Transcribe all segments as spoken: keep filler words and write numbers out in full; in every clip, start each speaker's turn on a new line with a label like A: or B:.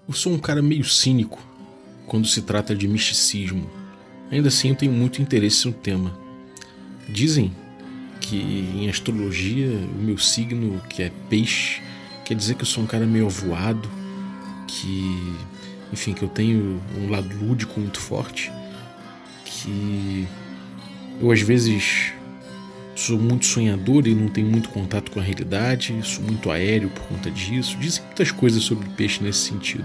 A: Eu sou um cara meio cínico quando se trata de misticismo. Ainda assim eu tenho muito interesse no tema. Dizem que em astrologia o meu signo, que é peixe, quer dizer que eu sou um cara meio avoado, que, enfim, que eu tenho um lado lúdico muito forte, que eu às vezes sou muito sonhador e não tenho muito contato com a realidade, sou muito aéreo por conta disso. Dizem muitas coisas sobre peixe nesse sentido.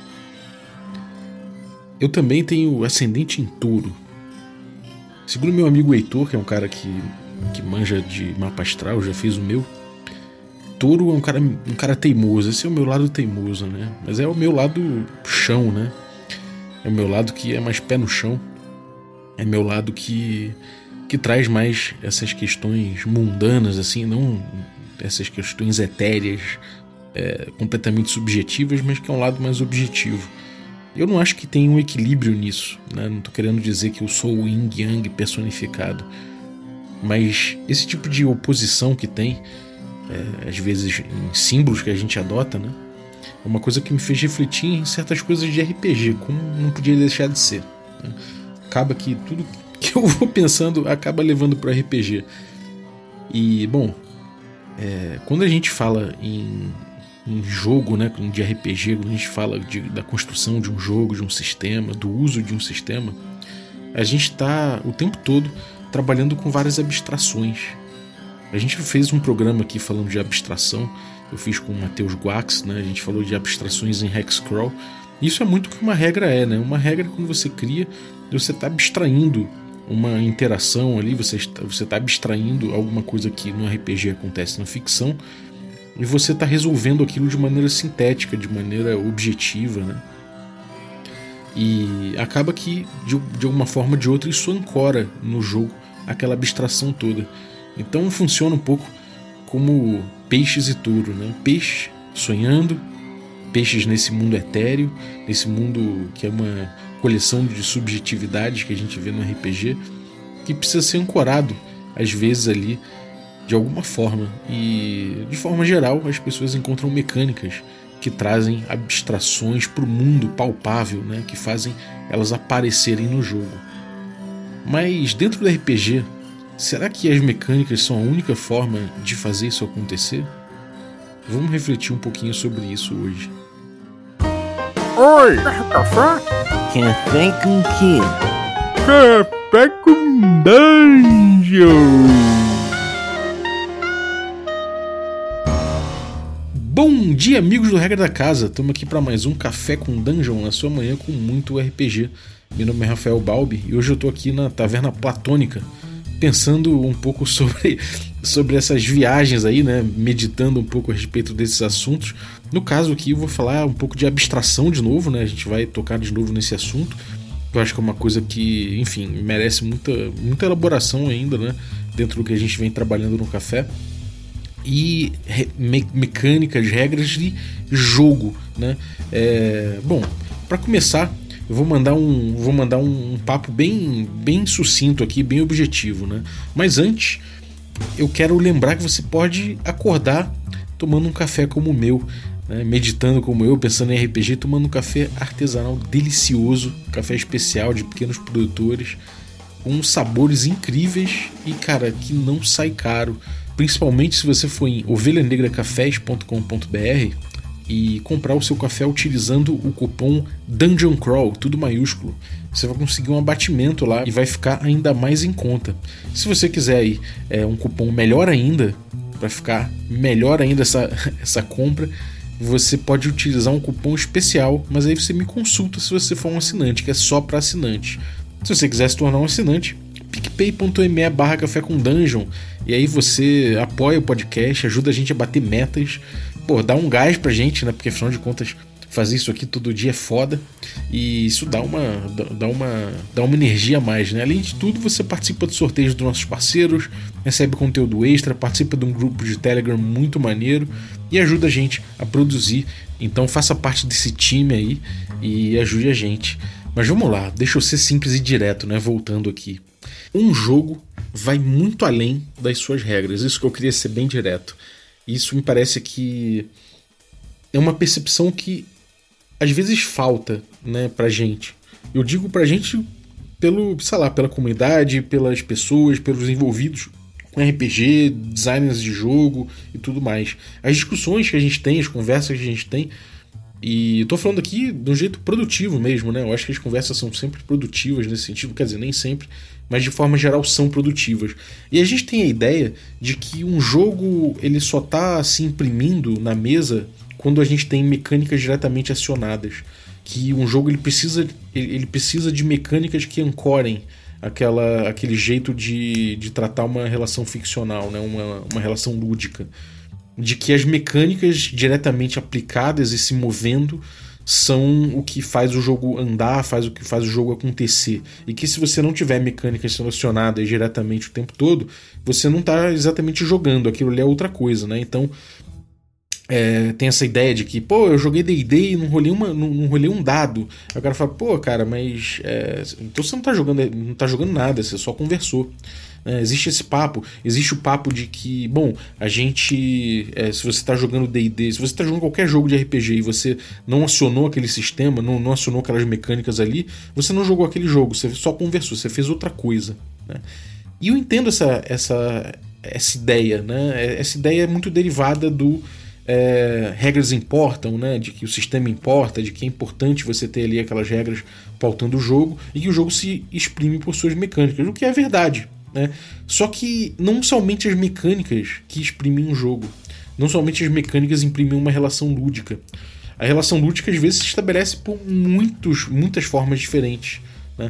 A: Eu também tenho ascendente em touro. Segundo meu amigo Heitor, que é um cara que, que manja de mapa astral, já fez o meu, touro é um cara, um cara teimoso. Esse é o meu lado teimoso, né? Mas é o meu lado chão, né? É o meu lado que é mais pé no chão. É meu lado que, que traz mais essas questões mundanas, assim, não essas questões etéreas, é, completamente subjetivas, mas que é um lado mais objetivo. Eu não acho que tem um equilíbrio nisso, né? Não estou querendo dizer que eu sou o Yin Yang personificado, mas esse tipo de oposição que tem, é, às vezes em símbolos que a gente adota, né? É uma coisa que me fez refletir em certas coisas de R P G, como não podia deixar de ser, né? Acaba que tudo que eu vou pensando acaba levando para o R P G. E, bom, é, quando a gente fala em, em jogo, né, de R P G, quando a gente fala de, da construção de um jogo, de um sistema, do uso de um sistema, a gente está o tempo todo trabalhando com várias abstrações. A gente fez um programa aqui falando de abstração, eu fiz com o Matheus Guax, né, a gente falou de abstrações em Hexcrawl. Isso é muito o que uma regra é, né? Uma regra, quando você cria, você está abstraindo uma interação ali, você está, você está abstraindo alguma coisa que no R P G acontece na ficção, e você está resolvendo aquilo de maneira sintética, de maneira objetiva, né? E acaba que, de, de alguma forma ou de outra, isso ancora no jogo aquela abstração toda. Então funciona um pouco como peixes e touro, né? Peixe sonhando, peixes nesse mundo etéreo, nesse mundo que é uma coleção de subjetividades que a gente vê no R P G, que precisa ser ancorado, às vezes, ali, de alguma forma. E, de forma geral, as pessoas encontram mecânicas que trazem abstrações para o mundo palpável, né, que fazem elas aparecerem no jogo. Mas, dentro do R P G, será que as mecânicas são a única forma de fazer isso acontecer? Vamos refletir um pouquinho sobre isso hoje.
B: Oi! Café?
C: Café com quê?
B: Café com Dungeon!
A: Bom dia, amigos do Regra da Casa! Estamos aqui para mais um Café com Dungeon na sua manhã com muito R P G. Meu nome é Rafael Balbi e hoje eu estou aqui na Taverna Platônica, pensando um pouco sobre, sobre essas viagens aí, né? Meditando um pouco a respeito desses assuntos. No caso aqui eu vou falar um pouco de abstração de novo, né? A gente vai tocar de novo nesse assunto. Eu acho que é uma coisa que, enfim, merece muita, muita elaboração ainda, né? Dentro do que a gente vem trabalhando no café. E me, mecânicas, regras de jogo, né? É, bom, para começar, eu vou mandar um, vou mandar um, um papo bem, bem sucinto aqui, bem objetivo, né? Mas antes, eu quero lembrar que você pode acordar tomando um café como o meu, né? Meditando como eu, pensando em R P G, tomando um café artesanal delicioso, café especial de pequenos produtores, com sabores incríveis e, cara, que não sai caro. Principalmente se você for em ovelha negra cafés ponto com ponto b r e comprar o seu café utilizando o cupom Dungeon Crawl, tudo maiúsculo. Você vai conseguir um abatimento lá e vai ficar ainda mais em conta. Se você quiser aí, é, um cupom melhor ainda, para ficar melhor ainda essa, essa compra, você pode utilizar um cupom especial, mas aí você me consulta se você for um assinante, que é só para assinante. Se você quiser se tornar um assinante, picpay ponto me barra café com dungeon, e aí você apoia o podcast, ajuda a gente a bater metas, pô, dá um gás pra gente, né, porque afinal de contas fazer isso aqui todo dia é foda, e isso dá uma, dá uma, dá uma energia a mais, né? Além de tudo, você participa de sorteios dos nossos parceiros, recebe conteúdo extra, participa de um grupo de Telegram muito maneiro e ajuda a gente a produzir. Então faça parte desse time aí e ajude a gente. Mas vamos lá, deixa eu ser simples e direto, né? Voltando aqui. Um jogo vai muito além das suas regras. Isso que eu queria ser bem direto. Isso me parece que é uma percepção que às vezes falta, né, pra gente. Eu digo pra gente pelo, sei lá, pela comunidade, pelas pessoas, pelos envolvidos com R P G, designers de jogo e tudo mais. As discussões que a gente tem, as conversas que a gente tem, e eu tô falando aqui de um jeito produtivo mesmo, né? Eu acho que as conversas são sempre produtivas nesse sentido, quer dizer, nem sempre, mas de forma geral são produtivas. E a gente tem a ideia de que um jogo ele só tá se imprimindo na mesa quando a gente tem mecânicas diretamente acionadas. Que um jogo ele precisa, ele precisa de mecânicas que ancorem aquela, aquele jeito de, de tratar uma relação ficcional, né? uma, uma relação lúdica. De que as mecânicas diretamente aplicadas e se movendo são o que faz o jogo andar, faz o que faz o jogo acontecer. E que se você não tiver mecânicas selecionadas diretamente o tempo todo, você não está exatamente jogando, aquilo ali é outra coisa, né? Então é, tem essa ideia de que, pô, eu joguei D e D e não rolei, uma, não, não rolei um dado. Aí o cara fala, pô, cara, mas é, então você não está jogando, não tá jogando nada, você só conversou. É, existe esse papo, existe o papo de que, bom, a gente, é, se você está jogando D e D, se você está jogando qualquer jogo de R P G e você não acionou aquele sistema, não, não acionou aquelas mecânicas ali, você não jogou aquele jogo, você só conversou, você fez outra coisa, né? E eu entendo essa, essa, essa ideia, né? Essa ideia é muito derivada do é, regras importam, né? De que o sistema importa, de que é importante você ter ali aquelas regras pautando o jogo e que o jogo se exprime por suas mecânicas, o que é verdade. Né? Só que não somente as mecânicas que exprimem um jogo, não somente as mecânicas imprimem uma relação lúdica. A relação lúdica às vezes se estabelece por muitos, muitas formas diferentes. Né?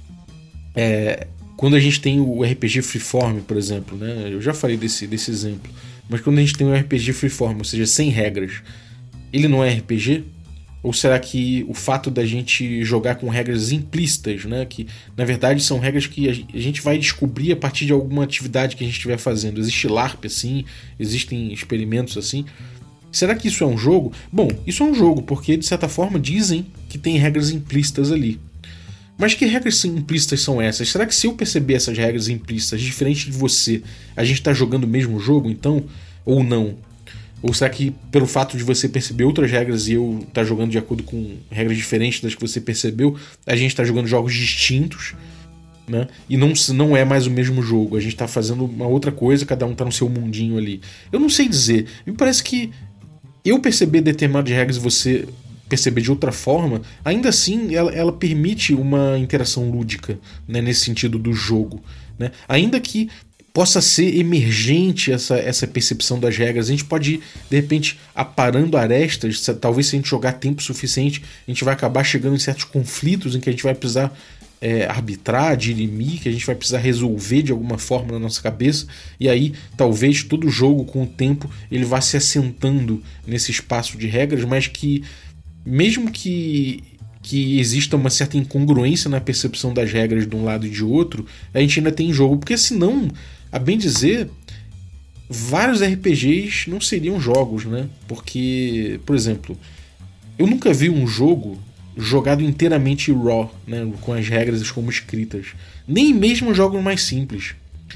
A: É, quando a gente tem o R P G Freeform, por exemplo, né? Eu já falei desse, desse exemplo, mas quando a gente tem o R P G Freeform, ou seja, sem regras, ele não é R P G? Ou será que o fato da gente jogar com regras implícitas, né, que na verdade são regras que a gente vai descobrir a partir de alguma atividade que a gente estiver fazendo? Existe LARP assim, existem experimentos assim. Será que isso é um jogo? Bom, isso é um jogo, porque de certa forma dizem que tem regras implícitas ali. Mas que regras implícitas são essas? Será que se eu perceber essas regras implícitas, diferente de você, a gente está jogando o mesmo jogo então? Ou não? Ou será que pelo fato de você perceber outras regras e eu estar tá jogando de acordo com regras diferentes das que você percebeu, a gente está jogando jogos distintos, né? E não, não é mais o mesmo jogo, a gente está fazendo uma outra coisa, cada um está no seu mundinho ali. Eu não sei dizer, me parece que eu perceber determinadas regras e você perceber de outra forma, ainda assim ela, ela permite uma interação lúdica, né, nesse sentido do jogo, né? Ainda que possa ser emergente essa, essa percepção das regras, a gente pode ir, de repente, aparando arestas, talvez se a gente jogar tempo suficiente, a gente vai acabar chegando em certos conflitos em que a gente vai precisar é, arbitrar, dirimir, que a gente vai precisar resolver de alguma forma na nossa cabeça, e aí talvez todo jogo com o tempo ele vá se assentando nesse espaço de regras, mas que mesmo que que exista uma certa incongruência na percepção das regras de um lado e de outro, a gente ainda tem jogo, porque senão, a bem dizer, vários R P Gs não seriam jogos, né? Porque, por exemplo, eu nunca vi um jogo jogado inteiramente raw, né? Com as regras como escritas, nem mesmo jogos mais simples.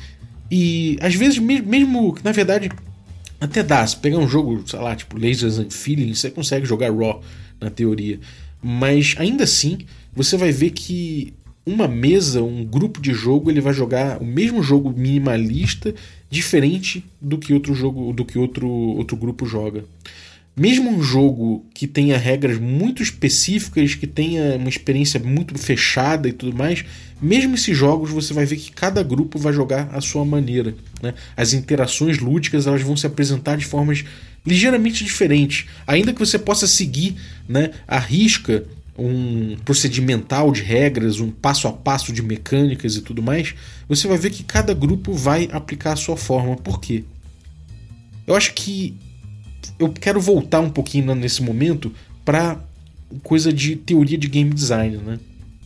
A: E às vezes mesmo, na verdade, até dá, se pegar um jogo, sei lá, tipo Lasers and Feelings, você consegue jogar raw na teoria. Mas ainda assim, você vai ver que uma mesa, um grupo de jogo, ele vai jogar o mesmo jogo minimalista, diferente do que outro jogo, do que outro, outro grupo joga. Mesmo um jogo que tenha regras muito específicas, que tenha uma experiência muito fechada e tudo mais, mesmo esses jogos você vai ver que cada grupo vai jogar à sua maneira, né? As interações lúdicas elas vão se apresentar de formas ligeiramente diferentes, ainda que você possa seguir, né, à risca um procedimental de regras, um passo a passo de mecânicas e tudo mais, você vai ver que cada grupo vai aplicar a sua forma. Por quê? Eu acho que eu quero voltar um pouquinho nesse momento para coisa de teoria de game design, né?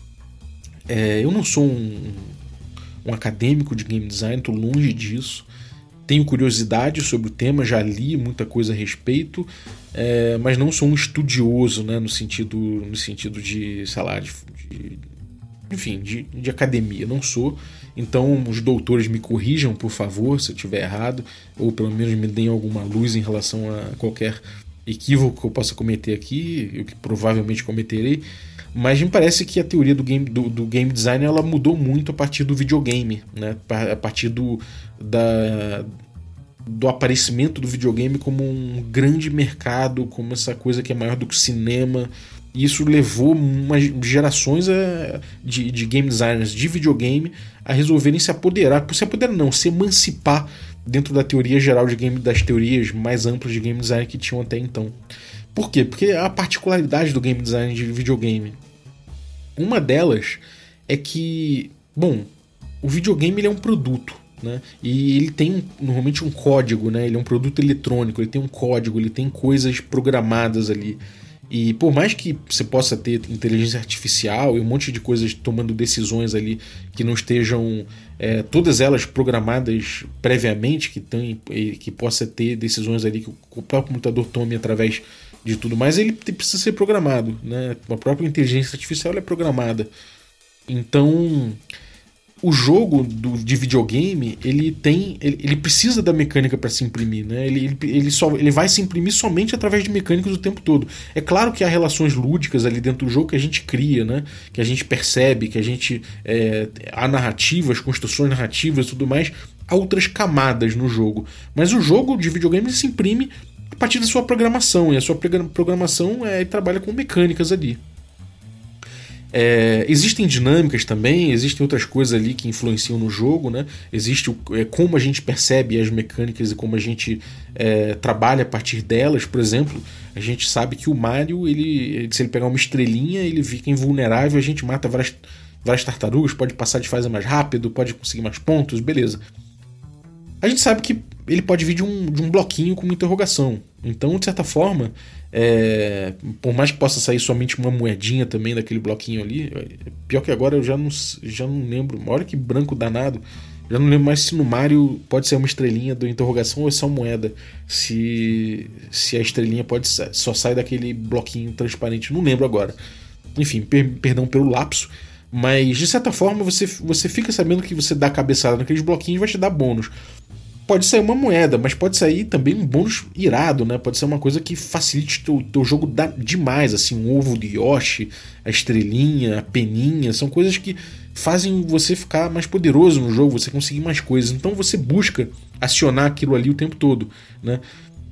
A: É, eu não sou um, um acadêmico de game design, estou longe disso. Tenho curiosidade sobre o tema, já li muita coisa a respeito, é, mas não sou um estudioso, né, no sentido, no sentido de, sei lá, de, de, enfim, de, de academia. Não sou. Então os doutores me corrijam, por favor, se eu estiver errado, ou pelo menos me deem alguma luz em relação a qualquer equívoco que eu possa cometer aqui, eu que provavelmente cometerei, mas me parece que a teoria do game, do, do game design ela mudou muito a partir do videogame, né? A partir do, da, do aparecimento do videogame como um grande mercado, como essa coisa que é maior do que o cinema. E isso levou umas gerações de, de game designers de videogame a resolverem se apoderar, se apoderar não, se emancipar dentro da teoria geral de game, das teorias mais amplas de game design que tinham até então. Por quê? Porque a particularidade do game design de videogame, uma delas é que, bom, o videogame ele é um produto, né? E ele tem normalmente um código, né? Ele é um produto eletrônico, ele tem um código, ele tem coisas programadas ali. E por mais que você possa ter inteligência artificial e um monte de coisas tomando decisões ali que não estejam é, todas elas programadas previamente, que, tem, que possa ter decisões ali que o próprio computador tome através de tudo mais, ele precisa ser programado, né? A própria inteligência artificial é programada. Então, o jogo do, de videogame, ele tem, ele, ele precisa da mecânica para se imprimir, né? Ele, ele, ele, só, ele vai se imprimir somente através de mecânicas o tempo todo. É claro que há relações lúdicas ali dentro do jogo que a gente cria, né? Que a gente percebe, que a gente é, há narrativas, construções narrativas e tudo mais, há outras camadas no jogo. Mas o jogo de videogame se imprime a partir da sua programação, e a sua programação é, trabalha com mecânicas ali. É, existem dinâmicas também, existem outras coisas ali que influenciam no jogo, né? Existe o, é, como a gente percebe as mecânicas e como a gente é, trabalha a partir delas. Por exemplo, a gente sabe que o Mario, ele, se ele pegar uma estrelinha, ele fica invulnerável, a gente mata várias, várias tartarugas, pode passar de fase mais rápido, pode conseguir mais pontos, beleza. A gente sabe que ele pode vir de um, de um bloquinho com uma interrogação. Então, de certa forma, é, por mais que possa sair somente uma moedinha também daquele bloquinho ali, pior que agora eu já não, já não lembro, olha que branco danado, já não lembro mais se no Mario pode ser uma estrelinha da interrogação ou é só moeda, se, se a estrelinha pode só sai daquele bloquinho transparente, não lembro agora. Enfim, per, perdão pelo lapso, mas de certa forma você, você fica sabendo que você dá cabeçada naqueles bloquinhos e vai te dar bônus. Pode sair uma moeda, mas pode sair também um bônus irado, né? Pode ser uma coisa que facilite o teu jogo demais, assim, um ovo de Yoshi, a estrelinha, a peninha, são coisas que fazem você ficar mais poderoso no jogo, você conseguir mais coisas. Então você busca acionar aquilo ali o tempo todo, né?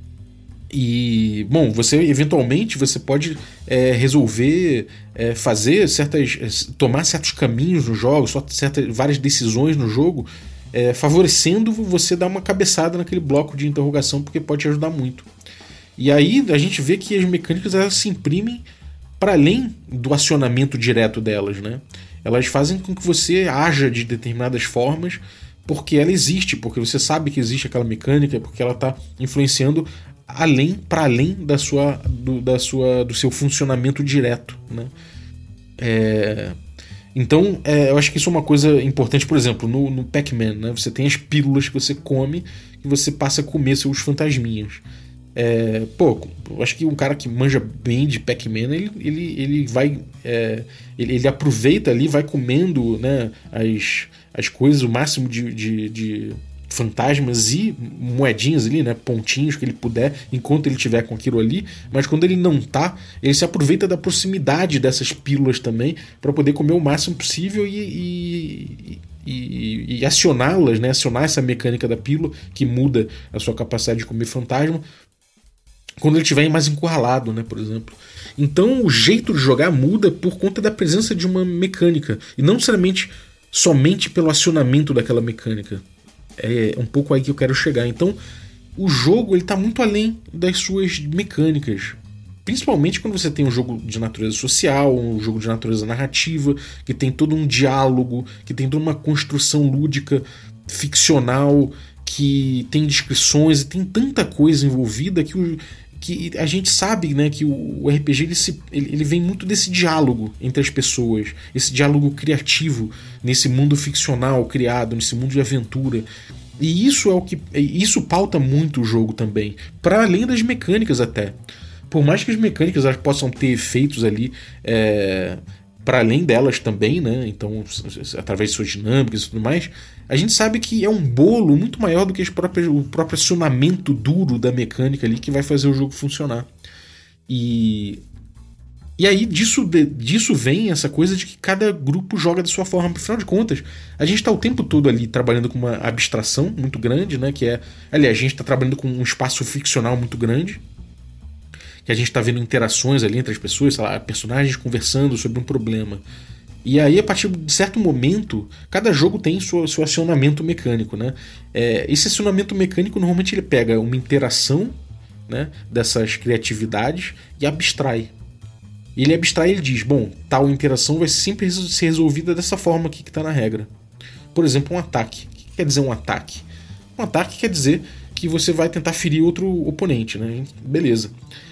A: E, bom, você eventualmente você pode é, resolver é, fazer certas, tomar certos caminhos no jogo, certas, várias decisões no jogo, É, favorecendo você dar uma cabeçada naquele bloco de interrogação, porque pode te ajudar muito. E aí a gente vê que as mecânicas elas se imprimem para além do acionamento direto delas, né? Elas fazem com que você haja de determinadas formas porque ela existe, porque você sabe que existe aquela mecânica, porque ela está influenciando além, para além da sua, do, da sua, do seu funcionamento direto, né? É... Então, é, eu acho que isso é uma coisa importante. Por exemplo, no, no Pac-Man, né? Você tem as pílulas que você come e você passa a comer seus fantasminhas. É, pô, eu acho que um cara que manja bem de Pac-Man, ele, ele, ele vai... É, ele, ele aproveita ali, vai comendo, né, as, as coisas, o máximo de... de, de fantasmas e moedinhas ali, né, pontinhos que ele puder enquanto ele tiver com aquilo ali, mas quando ele não tá, ele se aproveita da proximidade dessas pílulas também para poder comer o máximo possível e, e, e, e acioná-las, né, acionar essa mecânica da pílula que muda a sua capacidade de comer fantasma quando ele estiver mais encurralado, né, por exemplo. Então o jeito de jogar muda por conta da presença de uma mecânica e não necessariamente somente pelo acionamento daquela mecânica. É um pouco aí que eu quero chegar. Então, o jogo ele está muito além das suas mecânicas. Principalmente quando você tem um jogo de natureza social, um jogo de natureza narrativa, que tem todo um diálogo, que tem toda uma construção lúdica, ficcional, que tem descrições e tem tanta coisa envolvida que, o, que a gente sabe, né, que o, o R P G ele, se, ele, ele vem muito desse diálogo entre as pessoas, esse diálogo criativo nesse mundo ficcional criado, nesse mundo de aventura. E isso é o que isso pauta muito o jogo também, para além das mecânicas até. Por mais que as mecânicas elas possam ter efeitos ali é, para além delas também, né? Então, através de suas dinâmicas e tudo mais, a gente sabe que é um bolo muito maior do que as próprias, o próprio acionamento duro da mecânica ali que vai fazer o jogo funcionar. E, e aí disso, de, disso vem essa coisa de que cada grupo joga da sua forma. Afinal de contas, a gente está o tempo todo ali trabalhando com uma abstração muito grande, né? Que é, aliás, a gente está trabalhando com um espaço ficcional muito grande, que a gente está vendo interações ali entre as pessoas, sei lá, personagens conversando sobre um problema. E aí, a partir de certo momento, cada jogo tem seu, seu acionamento mecânico, né? É, esse acionamento mecânico, normalmente, ele pega uma interação, né, dessas criatividades e abstrai. Ele abstrai e ele diz, bom, tal interação vai sempre ser resolvida dessa forma aqui que está na regra. Por exemplo, um ataque. O que quer dizer um ataque? Um ataque quer dizer que você vai tentar ferir outro oponente, né? Beleza.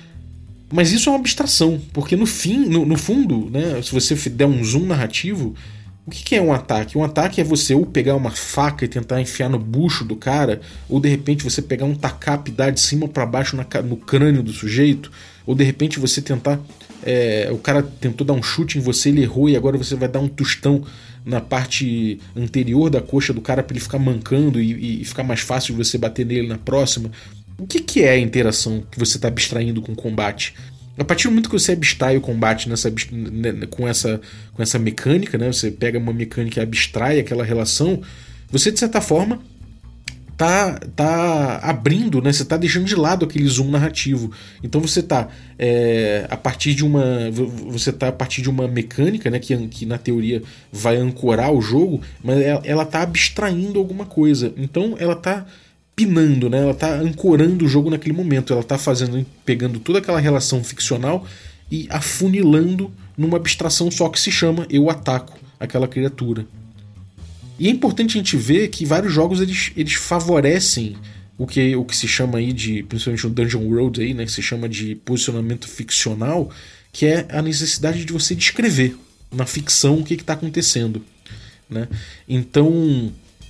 A: Mas isso é uma abstração, porque no fim, no, no fundo, né, se você der um zoom narrativo, o que, que é um ataque? Um ataque é você ou pegar uma faca e tentar enfiar no bucho do cara, ou de repente você pegar um tacape e dar de cima para baixo na, no crânio do sujeito, ou de repente você tentar... É, o cara tentou dar um chute em você, ele errou e agora você vai dar um tostão na parte anterior da coxa do cara para ele ficar mancando e, e ficar mais fácil de você bater nele na próxima. O que, que é a interação que você está abstraindo com o combate? A partir do momento que você abstrai o combate nessa, com, essa, com essa mecânica, né? Você pega uma mecânica e abstrai aquela relação, você de certa forma tá, tá abrindo, né? Você está deixando de lado aquele zoom narrativo. Então você está é, a partir de uma você tá a partir de uma mecânica, né? que, que na teoria vai ancorar o jogo, mas ela está abstraindo alguma coisa. Então ela está pinando, né? Ela tá ancorando o jogo naquele momento, ela tá fazendo, pegando toda aquela relação ficcional e afunilando numa abstração só que se chama eu ataco aquela criatura. E é importante a gente ver que vários jogos eles, eles favorecem o que, o que se chama aí de, principalmente no Dungeon World aí, né, que se chama de posicionamento ficcional, que é a necessidade de você descrever na ficção o que está acontecendo, né? Então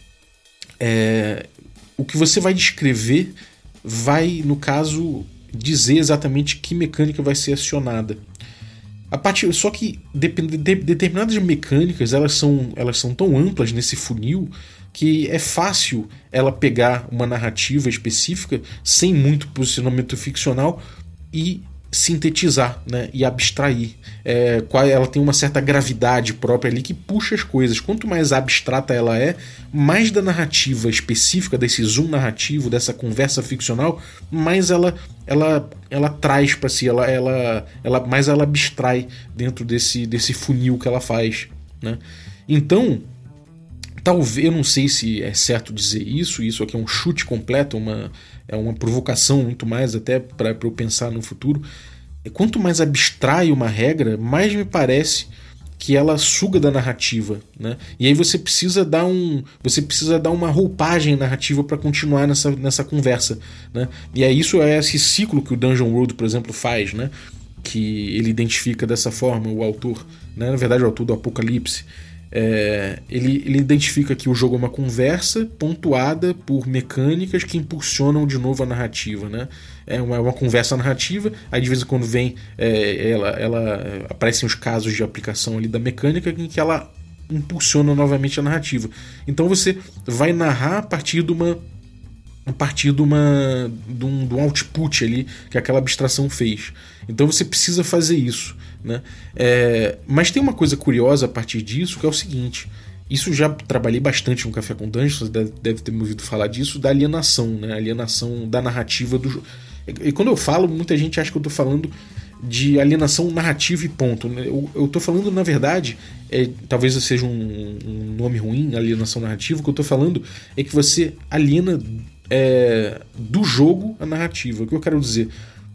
A: é, o que você vai descrever vai, no caso, dizer exatamente que mecânica vai ser acionada. A partir, só que de, de, de, determinadas mecânicas elas são, elas são tão amplas nesse funil que é fácil ela pegar uma narrativa específica sem muito posicionamento ficcional e sintetizar, né, e abstrair. É, ela tem uma certa gravidade própria ali que puxa as coisas. Quanto mais abstrata ela é, mais da narrativa específica, desse zoom narrativo, dessa conversa ficcional, mais ela, ela, ela traz para si, ela, ela, ela, mais ela abstrai dentro desse, desse funil que ela faz, né? Então, talvez, eu não sei se é certo dizer isso, isso aqui é um chute completo, uma, é uma provocação muito mais até para eu pensar no futuro. Quanto mais abstrai uma regra, mais me parece que ela suga da narrativa, né? E aí você precisa dar um, você precisa dar uma roupagem narrativa para continuar nessa, nessa conversa, né? E é isso, é esse ciclo que o Dungeon World, por exemplo, faz, né? Que ele identifica dessa forma o autor, né? Na verdade o autor do Apocalipse. É, ele, ele identifica que o jogo é uma conversa pontuada por mecânicas que impulsionam de novo a narrativa, né? É uma, uma conversa narrativa, aí de vez em quando vem é, ela, ela aparecem os casos de aplicação ali da mecânica em que ela impulsiona novamente a narrativa. Então você vai narrar a partir de uma a partir de, uma, de, um, de um output ali que aquela abstração fez. Então você precisa fazer isso, né? É, mas tem uma coisa curiosa a partir disso, que é o seguinte: isso já trabalhei bastante no Café com Dungeons, você deve, deve ter me ouvido falar disso, da alienação, né? Alienação da narrativa do jogo. E quando eu falo, muita gente acha que eu estou falando de alienação narrativa e ponto. Eu, eu tô falando, na verdade, é, talvez seja um, um nome ruim, alienação narrativa. O que eu tô falando é que você aliena é, do jogo a narrativa. O que eu quero dizer?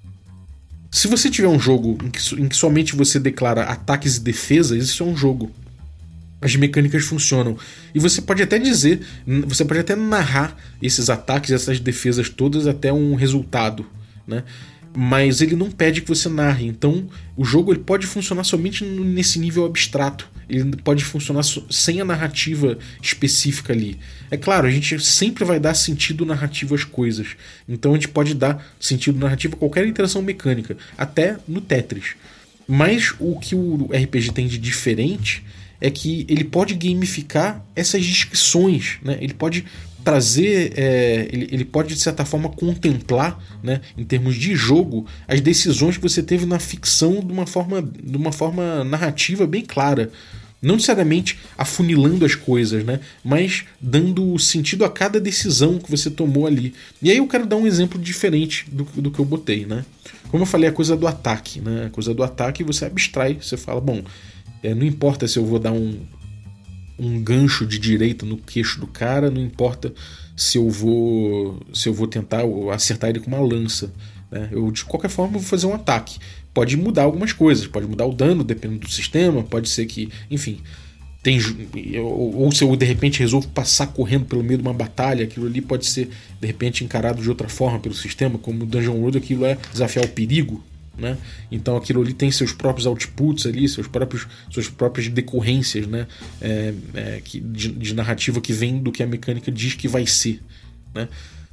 A: Se você tiver um jogo em que, em que somente você declara ataques e defesas, isso é um jogo. As mecânicas funcionam. E você pode até dizer, você pode até narrar esses ataques, essas defesas todas até um resultado, né? Mas ele não pede que você narre. Então o jogo ele pode funcionar somente nesse nível abstrato. Ele pode funcionar sem a narrativa específica ali. É claro, a gente sempre vai dar sentido narrativo às coisas. Então a gente pode dar sentido narrativo a qualquer interação mecânica, até no Tetris. Mas o que o R P G tem de diferente é que ele pode gamificar essas descrições, né? Ele pode trazer, é, ele, ele pode de certa forma contemplar, né, em termos de jogo, as decisões que você teve na ficção de uma forma, de uma forma narrativa bem clara. Não necessariamente afunilando as coisas, né, mas dando sentido a cada decisão que você tomou ali. E aí eu quero dar um exemplo diferente do, do que eu botei, né? Como eu falei, a coisa do ataque, né? A coisa do ataque você abstrai, você fala, bom, é, não importa se eu vou dar um, um gancho de direita no queixo do cara, não importa se eu vou, se eu vou tentar acertar ele com uma lança, né? Eu, de qualquer forma, vou fazer um ataque. Pode mudar algumas coisas, pode mudar o dano dependendo do sistema, pode ser que, enfim, tem, ou, ou se eu de repente resolvo passar correndo pelo meio de uma batalha, aquilo ali pode ser de repente encarado de outra forma pelo sistema, como o Dungeon World, aquilo é desafiar o perigo, né? Então aquilo ali tem seus próprios outputs ali, seus próprios, suas próprias decorrências, né? É, é, que, de, de narrativa que vem do que a mecânica diz que vai ser, né?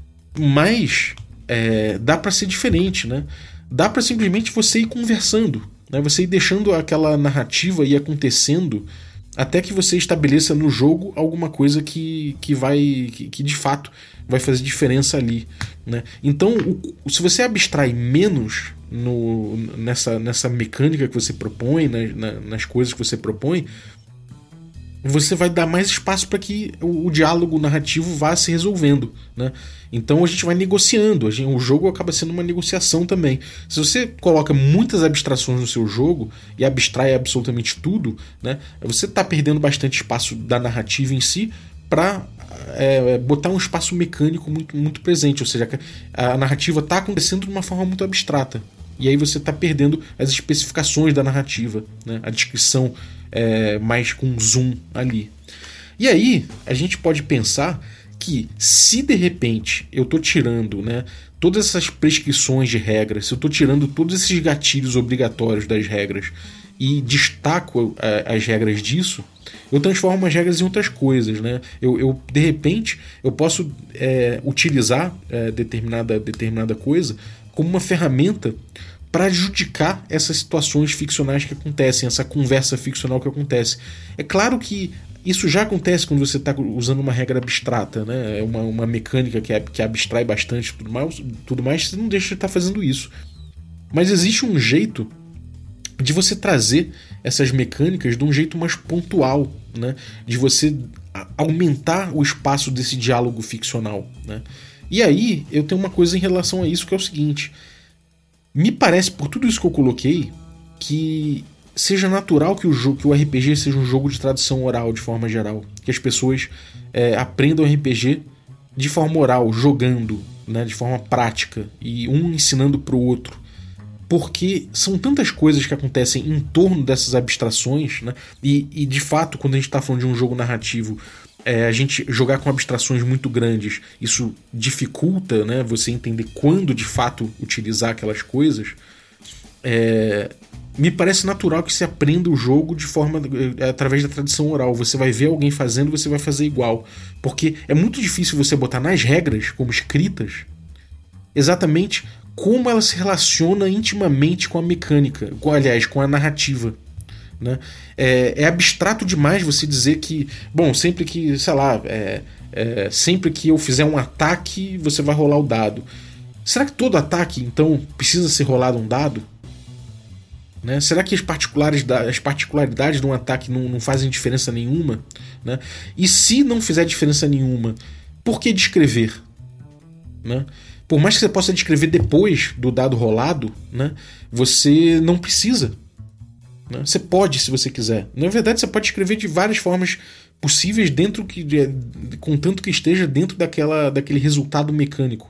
A: Mas é, dá para ser diferente, né? Dá para simplesmente você ir conversando, né? Você ir deixando aquela narrativa ir acontecendo até que você estabeleça no jogo alguma coisa que, que vai que, que de fato vai fazer diferença ali, né? Então, o, se você abstrai menos no, nessa, nessa mecânica que você propõe, na, na, nas coisas que você propõe, você vai dar mais espaço para que o, o diálogo narrativo vá se resolvendo, né? Então a gente vai negociando, a gente, o jogo acaba sendo uma negociação também. Se você coloca muitas abstrações no seu jogo e abstrai absolutamente tudo, né, você está perdendo bastante espaço da narrativa em si para é, botar um espaço mecânico muito, muito presente, ou seja, a narrativa está acontecendo de uma forma muito abstrata. E aí você está perdendo as especificações da narrativa, né, a descrição é, mais com zoom ali. E aí a gente pode pensar que se de repente eu estou tirando, né, todas essas prescrições de regras, se eu estou tirando todos esses gatilhos obrigatórios das regras e destaco a, as regras disso, eu transformo as regras em outras coisas, né? Eu, eu de repente eu posso é, utilizar é, determinada, determinada coisa como uma ferramenta para adjudicar essas situações ficcionais que acontecem, essa conversa ficcional que acontece. É claro que isso já acontece quando você está usando uma regra abstrata, né? uma, uma mecânica que, é, que abstrai bastante tudo mais, tudo mais, você não deixa de estar fazendo isso. Mas existe um jeito de você trazer essas mecânicas de um jeito mais pontual, né? De você aumentar o espaço desse diálogo ficcional, né? E aí eu tenho uma coisa em relação a isso que é o seguinte: me parece, por tudo isso que eu coloquei, que seja natural que o, jogo, que o R P G seja um jogo de tradição oral de forma geral, que as pessoas é, aprendam R P G de forma oral, jogando, né, de forma prática, e um ensinando para o outro, porque são tantas coisas que acontecem em torno dessas abstrações, né, e, e de fato quando a gente está falando de um jogo narrativo, é, a gente jogar com abstrações muito grandes, isso dificulta, né, você entender quando de fato utilizar aquelas coisas. é, Me parece natural que se aprenda o jogo de forma através da tradição oral. Você vai ver alguém fazendo, você vai fazer igual. Porque é muito difícil você botar nas regras, como escritas, exatamente como ela se relaciona intimamente com a mecânica, com, aliás, com a narrativa, né? É, é abstrato demais você dizer que, bom, sempre que, sei lá, é, é, sempre que eu fizer um ataque, você vai rolar o dado. Será que todo ataque, então, precisa ser rolado um dado? Né? Será que as particularidades, as particularidades de um ataque não, não fazem diferença nenhuma? Né? E se não fizer diferença nenhuma, por que descrever? Né? Por mais que você possa descrever depois do dado rolado, né, você não precisa. Né? Você pode, se você quiser. Na verdade, você pode escrever de várias formas possíveis, dentro que, contanto que esteja dentro daquela, daquele resultado mecânico.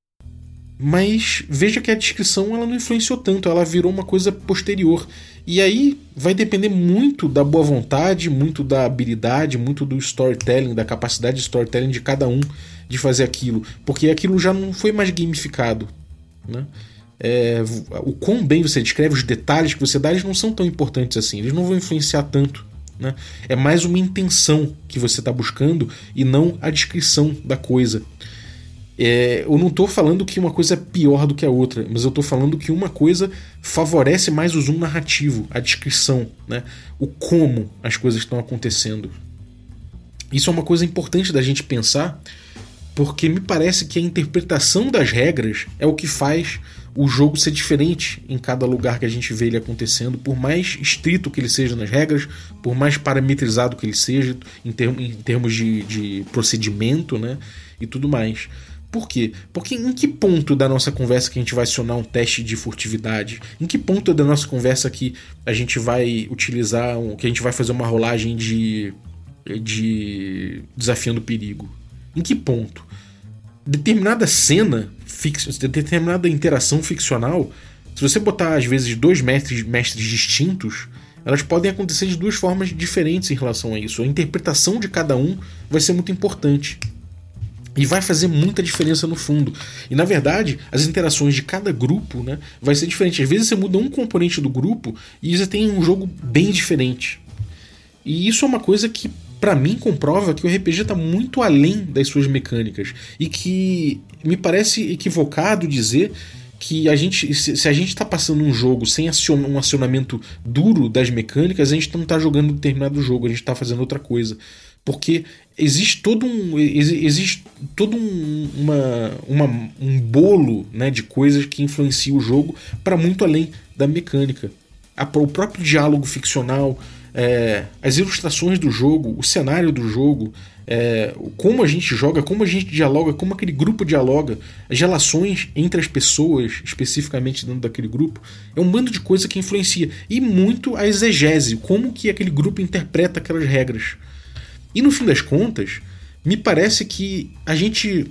A: Mas veja que a descrição ela não influenciou tanto, ela virou uma coisa posterior. E aí vai depender muito da boa vontade, muito da habilidade, muito do storytelling, da capacidade de storytelling de cada um de fazer aquilo. Porque aquilo já não foi mais gamificado, né? É, o quão bem você descreve, os detalhes que você dá, eles não são tão importantes assim, eles não vão influenciar tanto, né? É mais uma intenção que você está buscando e não a descrição da coisa. É, eu não estou falando que uma coisa é pior do que a outra, mas eu estou falando que uma coisa favorece mais o zoom narrativo, a descrição, né? O como as coisas estão acontecendo. Isso é uma coisa importante da gente pensar porque me parece que a interpretação das regras é o que faz o jogo ser diferente em cada lugar que a gente vê ele acontecendo, por mais estrito que ele seja nas regras, por mais parametrizado que ele seja em, term em termos de, de procedimento, né, e tudo mais. Por quê? Porque em que ponto da nossa conversa que a gente vai acionar um teste de furtividade? Em que ponto da nossa conversa que a gente vai utilizar, um, que a gente vai fazer uma rolagem de, de desafiando o perigo? Em que ponto? Determinada cena, fix, determinada interação ficcional, se você botar às vezes dois mestres, mestres distintos, elas podem acontecer de duas formas diferentes em relação a isso. A interpretação de cada um vai ser muito importante. E vai fazer muita diferença no fundo. E na verdade, as interações de cada grupo, né, vai ser diferente. Às vezes você muda um componente do grupo e você tem um jogo bem diferente. E isso é uma coisa que, pra mim, comprova que o R P G está muito além das suas mecânicas. E que me parece equivocado dizer que a gente, se a gente está passando um jogo sem um acionamento duro das mecânicas, a gente não está jogando um determinado jogo, a gente está fazendo outra coisa. Porque existe todo um, existe todo um, uma, uma, um bolo, né, de coisas que influenciam o jogo para muito além da mecânica. O próprio diálogo ficcional, é, as ilustrações do jogo, o cenário do jogo, é, como a gente joga, como a gente dialoga, como aquele grupo dialoga, as relações entre as pessoas, especificamente dentro daquele grupo, é um bando de coisa que influencia. E muito a exegese, como que aquele grupo interpreta aquelas regras. E no fim das contas, me parece que a gente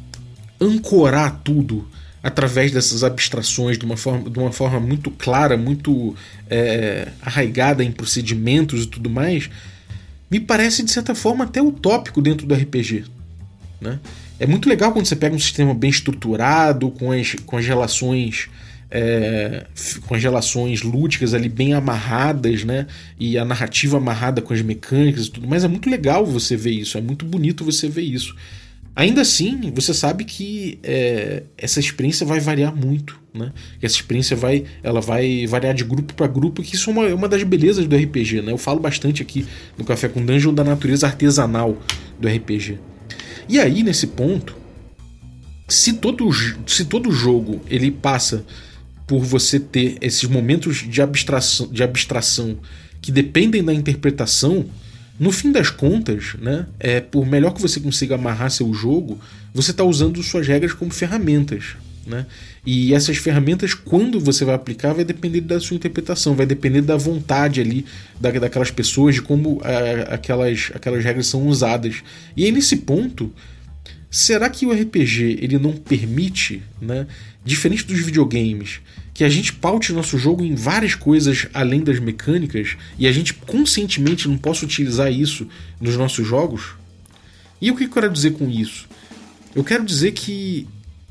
A: ancorar tudo através dessas abstrações de uma forma, de uma forma muito clara, muito é, arraigada em procedimentos e tudo mais, me parece de certa forma até utópico dentro do R P G, né? É muito legal quando você pega um sistema bem estruturado, com as, com as relações... É, com as relações lúdicas ali bem amarradas, né? E a narrativa amarrada com as mecânicas e tudo, mas é muito legal você ver isso, é muito bonito você ver isso. Ainda assim, você sabe que é, essa experiência vai variar muito, né? Que essa experiência vai, ela vai variar de grupo para grupo, que isso é uma, uma das belezas do R P G, né? Eu falo bastante aqui no Café com Dungeon da natureza artesanal do R P G. E aí, nesse ponto, se todo, se todo jogo ele passa por você ter esses momentos de abstração, de abstração que dependem da interpretação, no fim das contas, né, é, por melhor que você consiga amarrar seu jogo, você está usando suas regras como ferramentas, né? E essas ferramentas, quando você vai aplicar, vai depender da sua interpretação, vai depender da vontade ali da, daquelas pessoas, de como a, aquelas, aquelas regras são usadas. E aí, nesse ponto, será que o R P G ele não permite, né, diferente dos videogames, que a gente paute nosso jogo em várias coisas além das mecânicas e a gente conscientemente não possa utilizar isso nos nossos jogos? E o que eu quero dizer com isso? Eu quero dizer que,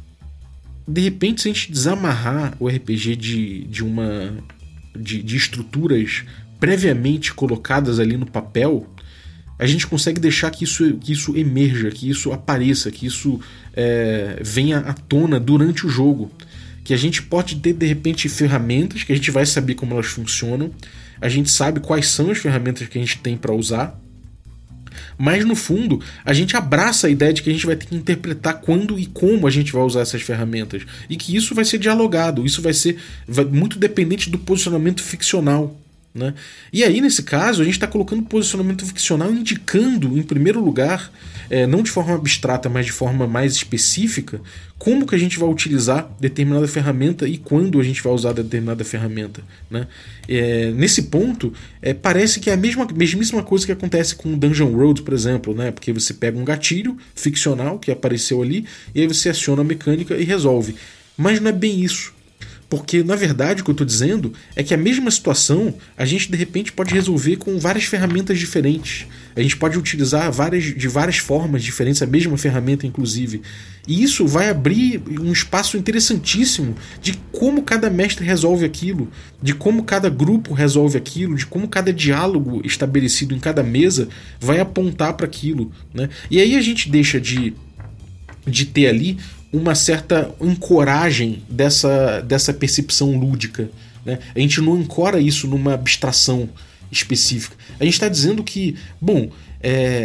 A: de repente, se a gente desamarrar o R P G de, de, uma, de, de estruturas previamente colocadas ali no papel, a gente consegue deixar que isso, que isso emerja, que isso apareça, que isso é, venha à tona durante o jogo. Que a gente pode ter, de repente, ferramentas que a gente vai saber como elas funcionam, a gente sabe quais são as ferramentas que a gente tem para usar, mas no fundo a gente abraça a ideia de que a gente vai ter que interpretar quando e como a gente vai usar essas ferramentas, e que isso vai ser dialogado, isso vai ser vai, muito dependente do posicionamento ficcional, né? E aí, nesse caso, a gente está colocando posicionamento ficcional indicando, em primeiro lugar, é, não de forma abstrata, mas de forma mais específica, como que a gente vai utilizar determinada ferramenta e quando a gente vai usar determinada ferramenta, né? É, nesse ponto, é, parece que é a mesma, mesmíssima coisa que acontece com Dungeon Road, por exemplo, né? Porque você pega um gatilho ficcional que apareceu ali e aí você aciona a mecânica e resolve. Mas não é bem isso. Porque, na verdade, o que eu estou dizendo é que a mesma situação a gente, de repente, pode resolver com várias ferramentas diferentes. A gente pode utilizar várias, de várias formas diferentes, a mesma ferramenta, inclusive. E isso vai abrir um espaço interessantíssimo de como cada mestre resolve aquilo, de como cada grupo resolve aquilo, de como cada diálogo estabelecido em cada mesa vai apontar para aquilo, né? E aí a gente deixa de, de ter ali uma certa ancoragem dessa, dessa percepção lúdica, né? A gente não ancora isso numa abstração específica. A gente está dizendo que, bom, é,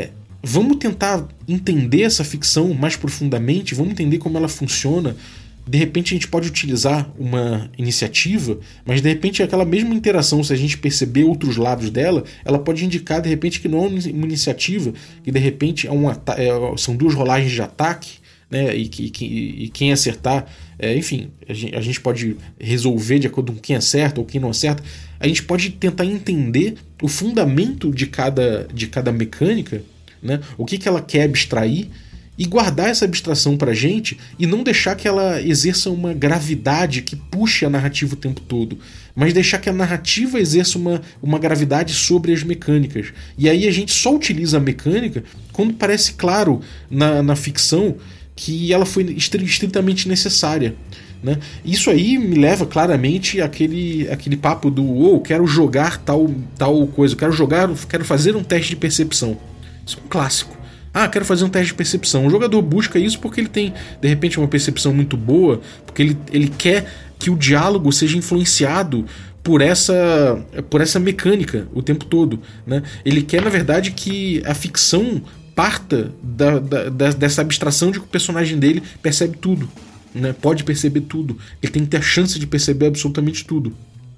A: vamos tentar entender essa ficção mais profundamente, vamos entender como ela funciona. De repente a gente pode utilizar uma iniciativa, mas de repente aquela mesma interação, se a gente perceber outros lados dela, ela pode indicar de repente que não é uma iniciativa, que de repente é um é, são duas rolagens de ataque, né, e, que, que, e quem acertar, é, enfim, a gente, a gente pode resolver de acordo com quem acerta ou quem não acerta. A gente pode tentar entender o fundamento de cada, de cada mecânica, né, o que, que ela quer abstrair, e guardar essa abstração pra gente e não deixar que ela exerça uma gravidade que puxe a narrativa o tempo todo, mas deixar que a narrativa exerça uma, uma gravidade sobre as mecânicas. E aí a gente só utiliza a mecânica quando parece claro na, na ficção que ela foi estritamente necessária, né? Isso aí me leva claramente àquele, àquele papo do oh, quero jogar tal, tal coisa, quero jogar, quero fazer um teste de percepção. Isso é um clássico. Ah, quero fazer um teste de percepção. O jogador busca isso porque ele tem, de repente, uma percepção muito boa, porque ele, ele quer que o diálogo seja influenciado por essa, por essa mecânica o tempo todo, né? Ele quer, na verdade, que a ficção parta da, da, da, dessa abstração de que o personagem dele percebe tudo, né? Pode perceber tudo. Ele tem que ter a chance de perceber absolutamente tudo.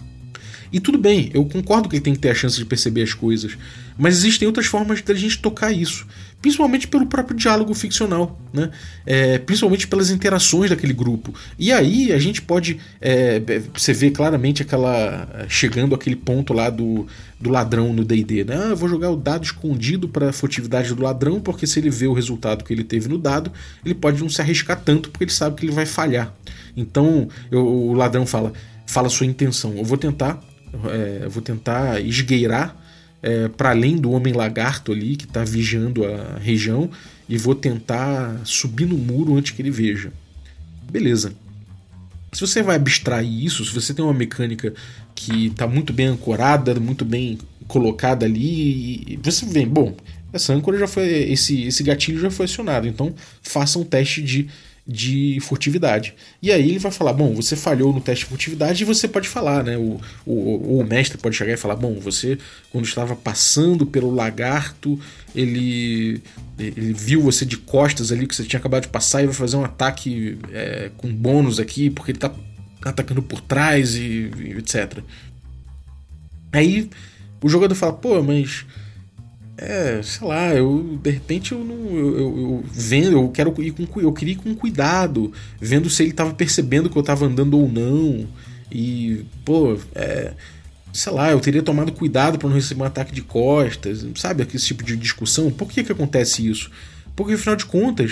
A: E tudo bem, eu concordo que ele tem que ter a chance de perceber as coisas, mas existem outras formas de a gente tocar isso, principalmente pelo próprio diálogo ficcional, né? É, principalmente pelas interações daquele grupo. E aí a gente pode, é, você vê claramente aquela chegando aquele ponto lá do, do ladrão no D e D, né? Ah, eu vou jogar o dado escondido para a furtividade do ladrão, porque se ele vê o resultado que ele teve no dado, ele pode não se arriscar tanto, porque ele sabe que ele vai falhar. Então eu, o ladrão fala, fala a sua intenção, eu vou tentar É, vou tentar esgueirar é, para além do homem lagarto ali que está vigiando a região e vou tentar subir no muro antes que ele veja. Beleza. Se você vai abstrair isso, se você tem uma mecânica que está muito bem ancorada, muito bem colocada ali, e você vê, bom, essa âncora já foi, esse, esse gatilho já foi acionado, então faça um teste de de furtividade. E aí ele vai falar, bom, você falhou no teste de furtividade, e você pode falar, né? O, o, o mestre pode chegar e falar, bom, você, quando estava passando pelo lagarto, ele, ele viu você de costas ali, que você tinha acabado de passar, e vai fazer um ataque é, com bônus aqui, porque ele está atacando por trás, e, e etcétera. Aí o jogador fala, pô, mas... É, sei lá, eu de repente eu não. Eu, eu, eu vendo, eu quero ir com eu queria ir com cuidado, vendo se ele estava percebendo que eu estava andando ou não. E, pô, é, sei lá, eu teria tomado cuidado para não receber um ataque de costas, sabe? Aquele tipo de discussão. Por que que acontece isso? Porque afinal de contas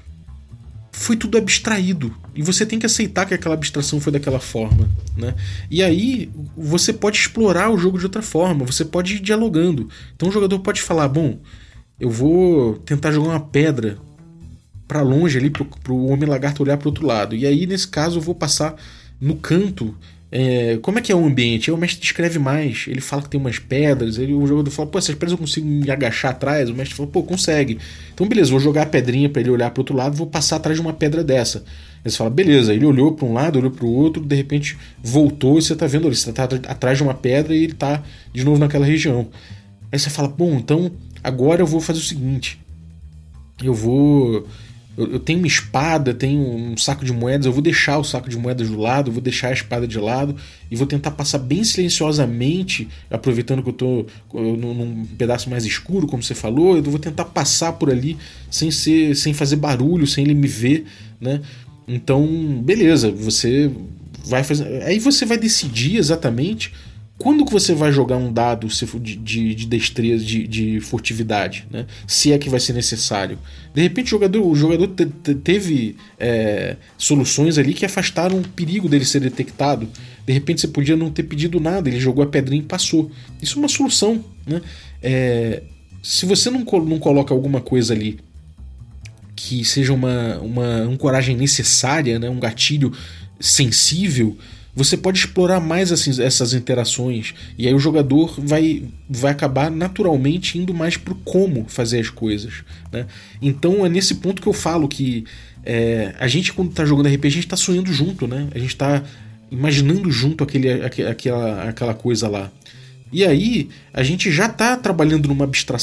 A: foi tudo abstraído e você tem que aceitar que aquela abstração foi daquela forma, né? E aí você pode explorar o jogo de outra forma, você pode ir dialogando. Então o jogador pode falar, bom, eu vou tentar jogar uma pedra para longe ali pro, pro homem lagarto olhar para o outro lado, e aí nesse caso eu vou passar no canto. É, como é que é o ambiente? Aí o mestre descreve mais, ele fala que tem umas pedras, aí o jogador fala, pô, essas pedras eu consigo me agachar atrás? O mestre fala, pô, consegue. Então beleza, vou jogar a pedrinha para ele olhar para o outro lado, vou passar atrás de uma pedra dessa. Aí você fala, beleza, ele olhou para um lado, olhou para o outro, de repente voltou e você tá vendo, você tá atrás de uma pedra e ele tá de novo naquela região. Aí você fala, bom, então agora eu vou fazer o seguinte, eu vou... Eu tenho uma espada, tenho um saco de moedas, eu vou deixar o saco de moedas do lado, eu vou deixar a espada de lado e vou tentar passar bem silenciosamente, aproveitando que eu tô num pedaço mais escuro, como você falou, eu vou tentar passar por ali sem ser, sem fazer barulho, sem ele me ver, né? Então, beleza, você vai fazer... Aí você vai decidir exatamente quando que você vai jogar um dado de, de, de destreza, de, de furtividade, né? Se é que vai ser necessário. De repente o jogador, o jogador te, te, teve é, soluções ali que afastaram o perigo dele ser detectado. De repente você podia não ter pedido nada, ele jogou a pedrinha e passou. Isso é uma solução, né? É, se você não, não coloca alguma coisa ali que seja uma, uma ancoragem necessária, né? Um gatilho sensível, você pode explorar mais assim, essas interações, e aí o jogador vai, vai acabar naturalmente indo mais pro como fazer as coisas, né? Então é nesse ponto que eu falo que é, a gente, quando tá jogando R P G, a gente tá sonhando junto, né? A gente tá imaginando junto aquele, aquela, aquela coisa lá. E aí a gente já tá trabalhando numa abstração,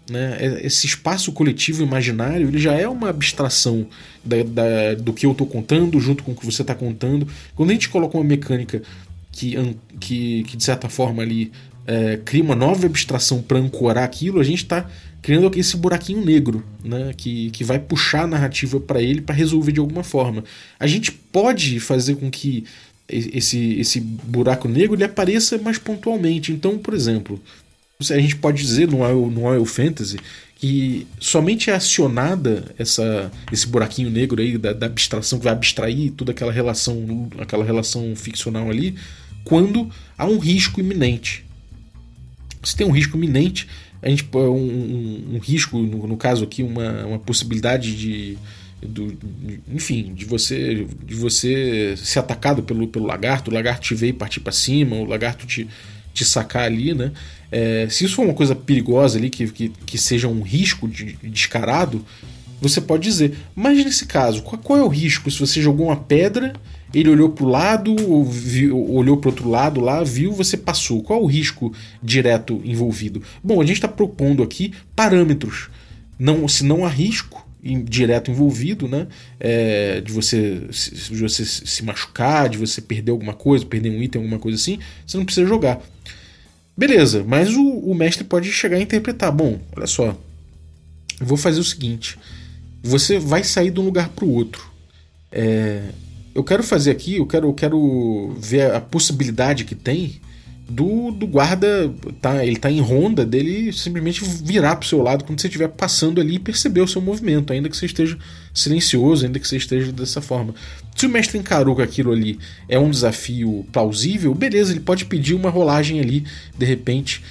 A: né? Esse espaço coletivo imaginário, ele já é uma abstração da, da, do que eu estou contando junto com o que você está contando. Quando a gente coloca uma mecânica que, que, que de certa forma ali é, cria uma nova abstração para ancorar aquilo, a gente está criando aqui esse buraquinho negro, né? que, que vai puxar a narrativa para ele para resolver de alguma forma. A gente pode fazer com que esse, esse buraco negro ele apareça mais pontualmente. Então, por exemplo, a gente pode dizer no Oil Fantasy que somente é acionada essa, esse buraquinho negro aí da, da abstração, que vai abstrair toda aquela relação, aquela relação ficcional ali, quando há um risco iminente. Se tem um risco iminente, a gente um, um, um risco, no, no caso aqui, uma, uma possibilidade de, do, enfim, de você, de você ser atacado pelo, pelo lagarto, o lagarto te ver e partir para cima, o lagarto te, te sacar ali, né? É, se isso for uma coisa perigosa ali, que, que, que seja um risco de, de descarado, você pode dizer, mas nesse caso, qual, qual é o risco? Se você jogou uma pedra, ele olhou para o lado, ou viu, olhou para o outro lado lá, viu, você passou. Qual é o risco direto envolvido? Bom, a gente está propondo aqui parâmetros. Não, se não há risco direto envolvido, né, é, de, você, de você se machucar, de você perder alguma coisa, perder um item, alguma coisa assim, você não precisa jogar. Beleza, mas o, o mestre pode chegar a interpretar. Bom, olha só, eu vou fazer o seguinte, você vai sair de um lugar para o outro. É... Eu quero fazer aqui, eu quero, eu quero ver a possibilidade que tem do, do guarda, tá, ele tá em ronda, dele simplesmente virar pro seu lado quando você estiver passando ali e perceber o seu movimento, ainda que você esteja silencioso, ainda que você esteja dessa forma. Se o mestre encarou que aquilo ali é um desafio plausível, beleza, ele pode pedir uma rolagem ali, de repente,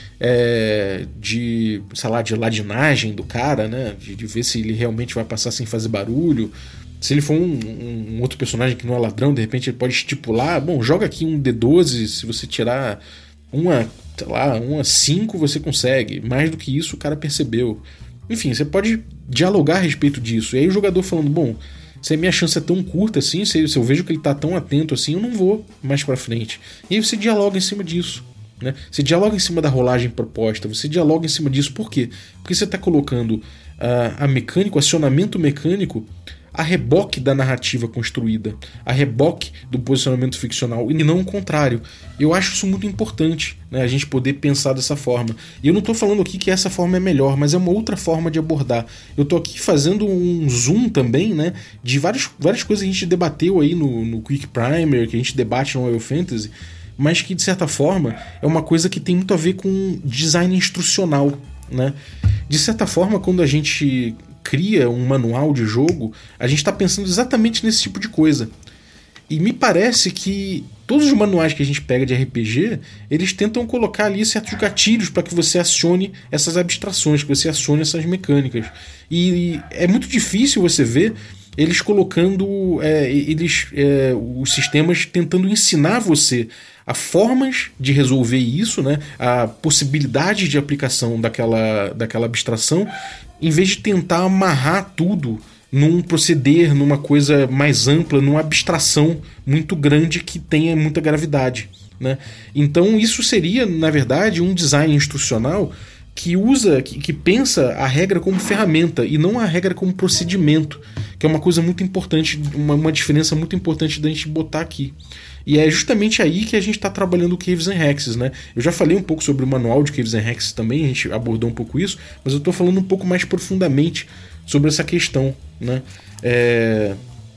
A: é, de, sei lá, de ladinagem do cara, né, de, de ver se ele realmente vai passar sem fazer barulho. Se ele for um, um, um outro personagem que não é ladrão, de repente ele pode estipular, bom, joga aqui um D doze, se você tirar uma, sei lá, uma cinco você consegue, mais do que isso o cara percebeu. Enfim, você pode dialogar a respeito disso, e aí o jogador falando, bom, se a minha chance é tão curta assim, se eu vejo que ele tá tão atento assim, eu não vou mais pra frente. E aí você dialoga em cima disso, né? Você dialoga em cima da rolagem proposta, você dialoga em cima disso, por quê? Porque você tá colocando uh, a mecânica, o acionamento mecânico a reboque da narrativa construída, a reboque do posicionamento ficcional, e não o contrário. Eu acho isso muito importante, né, a gente poder pensar dessa forma. E eu não estou falando aqui que essa forma é melhor, mas é uma outra forma de abordar. Eu estou aqui fazendo um zoom também, né, de várias, várias coisas que a gente debateu aí no, no Quick Primer, que a gente debate no Oil Fantasy, mas que de certa forma é uma coisa que tem muito a ver com design instrucional, né? De certa forma, quando a gente cria um manual de jogo, a gente está pensando exatamente nesse tipo de coisa. E me parece que todos os manuais que a gente pega de R P G, eles tentam colocar ali certos gatilhos para que você acione essas abstrações, que você acione essas mecânicas. E é muito difícil você ver eles colocando é, eles, é, os sistemas tentando ensinar você a formas de resolver isso, né, a possibilidade de aplicação daquela, daquela abstração, em vez de tentar amarrar tudo num proceder, numa coisa mais ampla, numa abstração muito grande que tenha muita gravidade, né? Então isso seria, na verdade, um design instrucional que usa, que, que pensa a regra como ferramenta e não a regra como procedimento, que é uma coisa muito importante, uma, uma diferença muito importante da gente botar aqui. E é justamente aí que a gente está trabalhando o Caves and Hexes, né? Eu já falei um pouco sobre o manual de Caves and Hexes também, a gente abordou um pouco isso, mas eu estou falando um pouco mais profundamente sobre essa questão, né? É...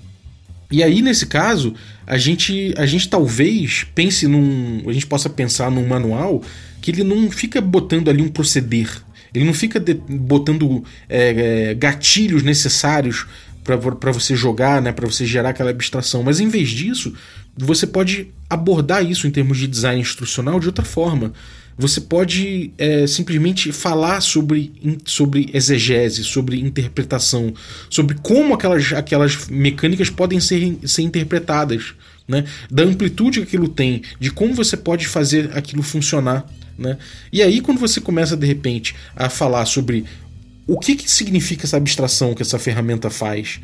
A: E aí, nesse caso, a gente, a gente talvez pense num... A gente possa pensar num manual que ele não fica botando ali um proceder, ele não fica de, botando é, é, gatilhos necessários para você jogar, né, para você gerar aquela abstração, mas em vez disso, você pode abordar isso em termos de design instrucional de outra forma. Você pode é, simplesmente falar sobre, sobre exegese, sobre interpretação, sobre como aquelas, aquelas mecânicas podem ser, ser interpretadas, né? Da amplitude que aquilo tem, de como você pode fazer aquilo funcionar, né? E aí quando você começa de repente a falar sobre o que, que significa essa abstração que essa ferramenta faz,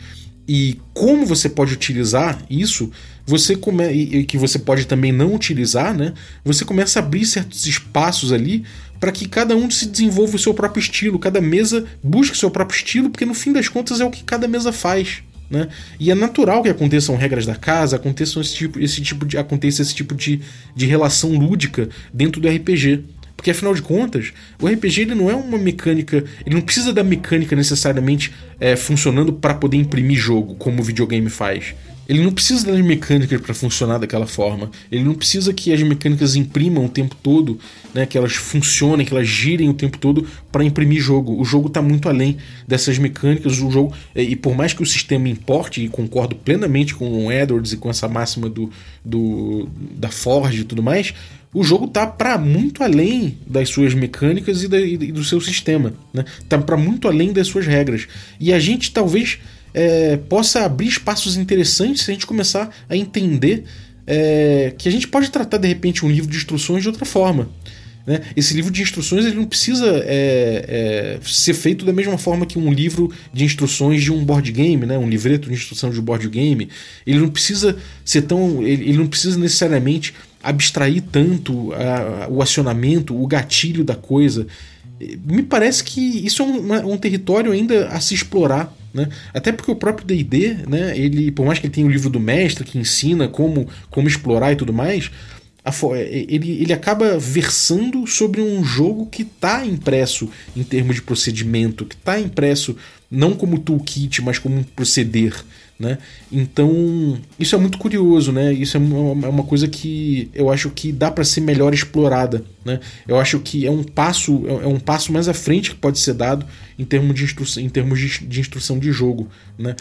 A: e como você pode utilizar isso, você come... e que você pode também não utilizar, né? Você começa a abrir certos espaços ali para que cada um se desenvolva o seu próprio estilo, cada mesa busque o seu próprio estilo, porque no fim das contas é o que cada mesa faz, né? E é natural que aconteçam regras da casa, aconteçam esse tipo, esse tipo de, aconteça esse tipo de, de relação lúdica dentro do R P G. Porque afinal de contas, o R P G ele não é uma mecânica, ele não precisa da mecânica necessariamente é, funcionando para poder imprimir jogo, como o videogame faz. Ele não precisa das mecânicas para funcionar daquela forma. Ele não precisa que as mecânicas imprimam o tempo todo, né, que elas funcionem, que elas girem o tempo todo para imprimir jogo. O jogo está muito além dessas mecânicas. O jogo, e por mais que o sistema importe, e concordo plenamente com o Edwards e com essa máxima do, do, da Forge e tudo mais, o jogo tá para muito além das suas mecânicas e, da, e do seu sistema, né? Tá para muito além das suas regras. E a gente talvez É, possa abrir espaços interessantes se a gente começar a entender é, que a gente pode tratar de repente um livro de instruções de outra forma, né? Esse livro de instruções ele não precisa é, é, ser feito da mesma forma que um livro de instruções de um board game, né? Um livreto de instrução de um board game. Ele não precisa ser tão, ele, ele não precisa necessariamente abstrair tanto a, o acionamento, o gatilho da coisa. Me parece que isso é um, um território ainda a se explorar, né? Até porque o próprio D e D, né, ele, por mais que ele tenha o livro do mestre que ensina como, como explorar e tudo mais, a, ele, ele acaba versando sobre um jogo que está impresso em termos de procedimento, que está impresso não como toolkit, mas como um proceder, né? Então isso é muito curioso, né? Isso é uma, é uma coisa que eu acho que dá para ser melhor explorada, né? Eu acho que é um passo é um passo mais à frente que pode ser dado em termos de instrução, em termos de, de instrução de jogo, né?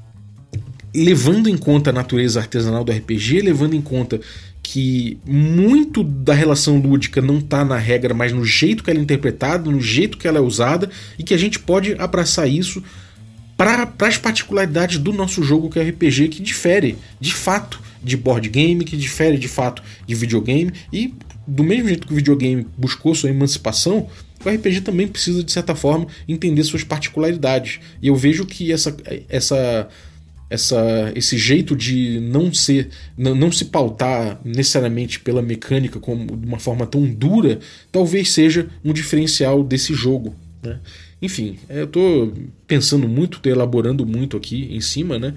A: Levando em conta a natureza artesanal do R P G, levando em conta que muito da relação lúdica não está na regra, mas no jeito que ela é interpretada, no jeito que ela é usada, e que a gente pode abraçar isso para as particularidades do nosso jogo, que é R P G, que difere de fato de board game, que difere de fato de videogame, e do mesmo jeito que o videogame buscou sua emancipação, o R P G também precisa, de certa forma, entender suas particularidades. E eu vejo que essa, essa, essa, esse jeito de não, ser, não, não se pautar necessariamente pela mecânica como de uma forma tão dura, talvez seja um diferencial desse jogo, né? Enfim, eu estou pensando muito, estou elaborando muito aqui em cima, né?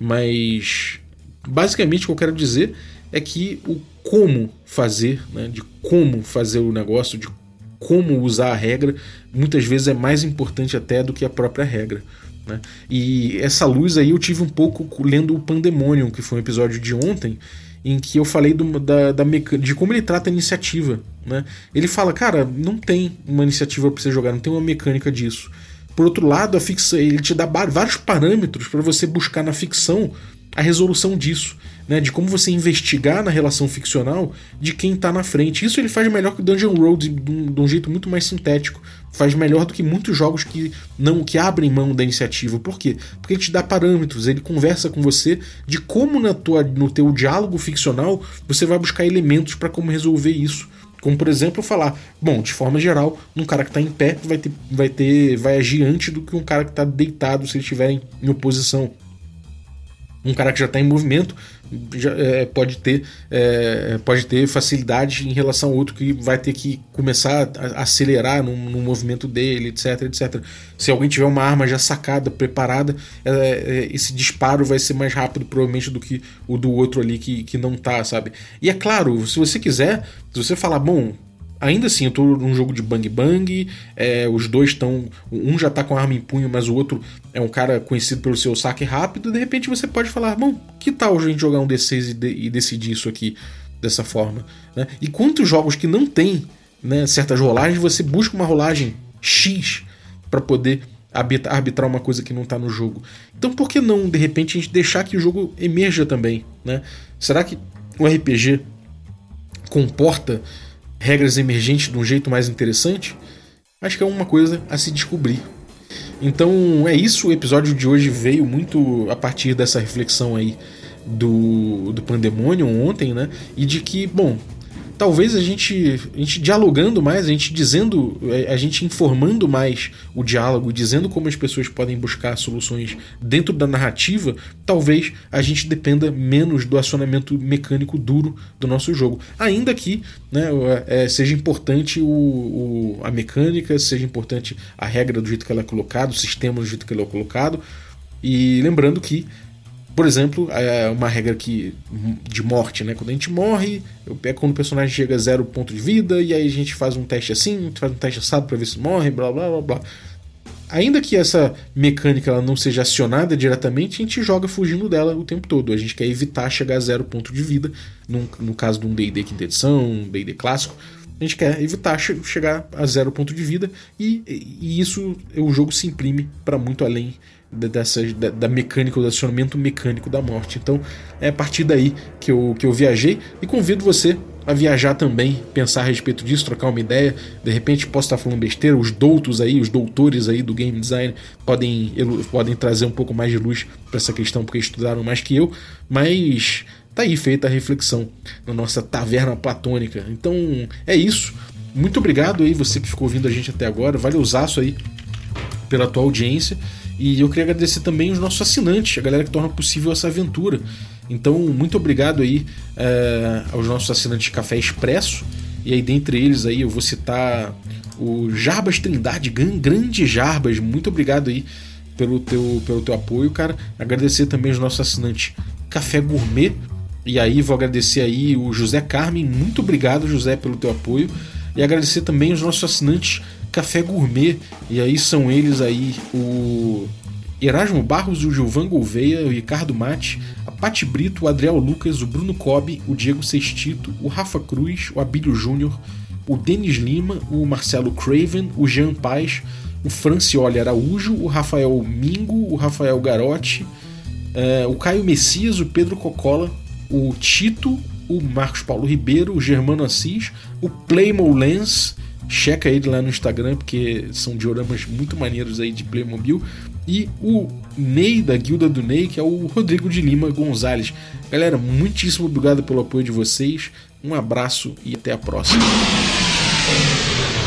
A: Mas basicamente o que eu quero dizer é que o como fazer, né? De como fazer o negócio, de como usar a regra, muitas vezes é mais importante até do que a própria regra, né? E essa luz aí eu tive um pouco lendo o Pandemonium, que foi um episódio de ontem, em que eu falei do, da, da meca... de como ele trata a iniciativa, né? Ele fala, cara, não tem uma iniciativa para você jogar, não tem uma mecânica disso. Por outro lado, a ficção, ele te dá vários parâmetros para você buscar na ficção a resolução disso, né? De como você investigar na relação ficcional de quem está na frente. Isso ele faz melhor que o Dungeon Road, de um, de um jeito muito mais sintético. Faz melhor do que muitos jogos que não que abrem mão da iniciativa. Por quê? Porque ele te dá parâmetros, ele conversa com você de como na tua, no teu diálogo ficcional você vai buscar elementos para como resolver isso. Como, por exemplo, falar, bom, de forma geral, um cara que está em pé vai, ter, vai, ter, vai agir antes do que um cara que está deitado se ele estiver em, em oposição. Um cara que já está em movimento já, é, pode, ter, é, pode ter facilidade em relação ao outro que vai ter que começar a acelerar no, no movimento dele, etc, etcétera. Se alguém tiver uma arma já sacada, preparada, é, é, esse disparo vai ser mais rápido provavelmente do que o do outro ali que, que não tá, sabe? E é claro, se você quiser, se você falar, bom, ainda assim, eu tô num jogo de bang bang, é, os dois estão, um já tá com a arma em punho, mas o outro é um cara conhecido pelo seu saque rápido, de repente você pode falar, bom, que tal a gente jogar um D seis e, de, e decidir isso aqui dessa forma, né? E quantos jogos que não tem, né, certas rolagens, você busca uma rolagem X para poder arbitrar uma coisa que não tá no jogo. Então por que não, de repente, a gente deixar que o jogo emerja também, né? Será que o R P G comporta regras emergentes de um jeito mais interessante? Acho que é uma coisa a se descobrir. Então é isso, o episódio de hoje veio muito a partir dessa reflexão aí do, do Pandemonium ontem, né? E de que, bom, talvez a gente, a gente dialogando mais, a gente dizendo, a gente informando mais o diálogo, dizendo como as pessoas podem buscar soluções dentro da narrativa, talvez a gente dependa menos do acionamento mecânico duro do nosso jogo. Ainda que, né, é, seja importante o, o, a mecânica, seja importante a regra do jeito que ela é colocada, o sistema do jeito que ele é colocado, e lembrando que, por exemplo, é uma regra que, de morte, né? Quando a gente morre, é quando o personagem chega a zero ponto de vida, e aí a gente faz um teste assim, a gente faz um teste assado pra ver se morre, blá blá blá blá. Ainda que essa mecânica ela não seja acionada diretamente, a gente joga fugindo dela o tempo todo. A gente quer evitar chegar a zero ponto de vida, num, no caso de um D e D quinta edição, um D e D clássico. A gente quer evitar che- chegar a zero ponto de vida, e, e isso o jogo se imprime para muito além Dessa, da, da mecânica, do acionamento mecânico da morte. Então é a partir daí que eu, que eu viajei, e convido você a viajar também, pensar a respeito disso, trocar uma ideia. De repente posso estar falando besteira, os doutos aí, os doutores aí do game design podem, podem trazer um pouco mais de luz para essa questão, porque estudaram mais que eu, mas tá aí feita a reflexão na nossa taverna platônica. Então é isso, muito obrigado aí você que ficou ouvindo a gente até agora, valeuzaço aí pela tua audiência. E eu queria agradecer também os nossos assinantes, a galera que torna possível essa aventura. Então, muito obrigado aí é, aos nossos assinantes de Café Expresso. E aí, dentre eles, aí, eu vou citar o Jarbas Trindade, grande Jarbas. Muito obrigado aí pelo teu, pelo teu apoio, cara. Agradecer também os nossos assinantes Café Gourmet. E aí, vou agradecer aí o José Carmen. Muito obrigado, José, pelo teu apoio. E agradecer também os nossos assinantes Café Gourmet, e aí são eles aí o Erasmo Barros, o Gilvan Gouveia, o Ricardo Mate, a Pati Brito, o Adriel Lucas, o Bruno Cobb, o Diego Sextito, o Rafa Cruz, o Abílio Júnior, o Denis Lima, o Marcelo Craven, o Jean Paz, o Francioli Araújo, o Rafael Mingo, o Rafael Garotti, uh, o Caio Messias, o Pedro Cocola, o Tito, o Marcos Paulo Ribeiro, o Germano Assis, o Playmo Lens, checa ele lá no Instagram, porque são dioramas muito maneiros aí de Playmobil, e o Ney, da Guilda do Ney, que é o Rodrigo de Lima Gonzalez. Galera, muitíssimo obrigado pelo apoio de vocês, um abraço e até a próxima.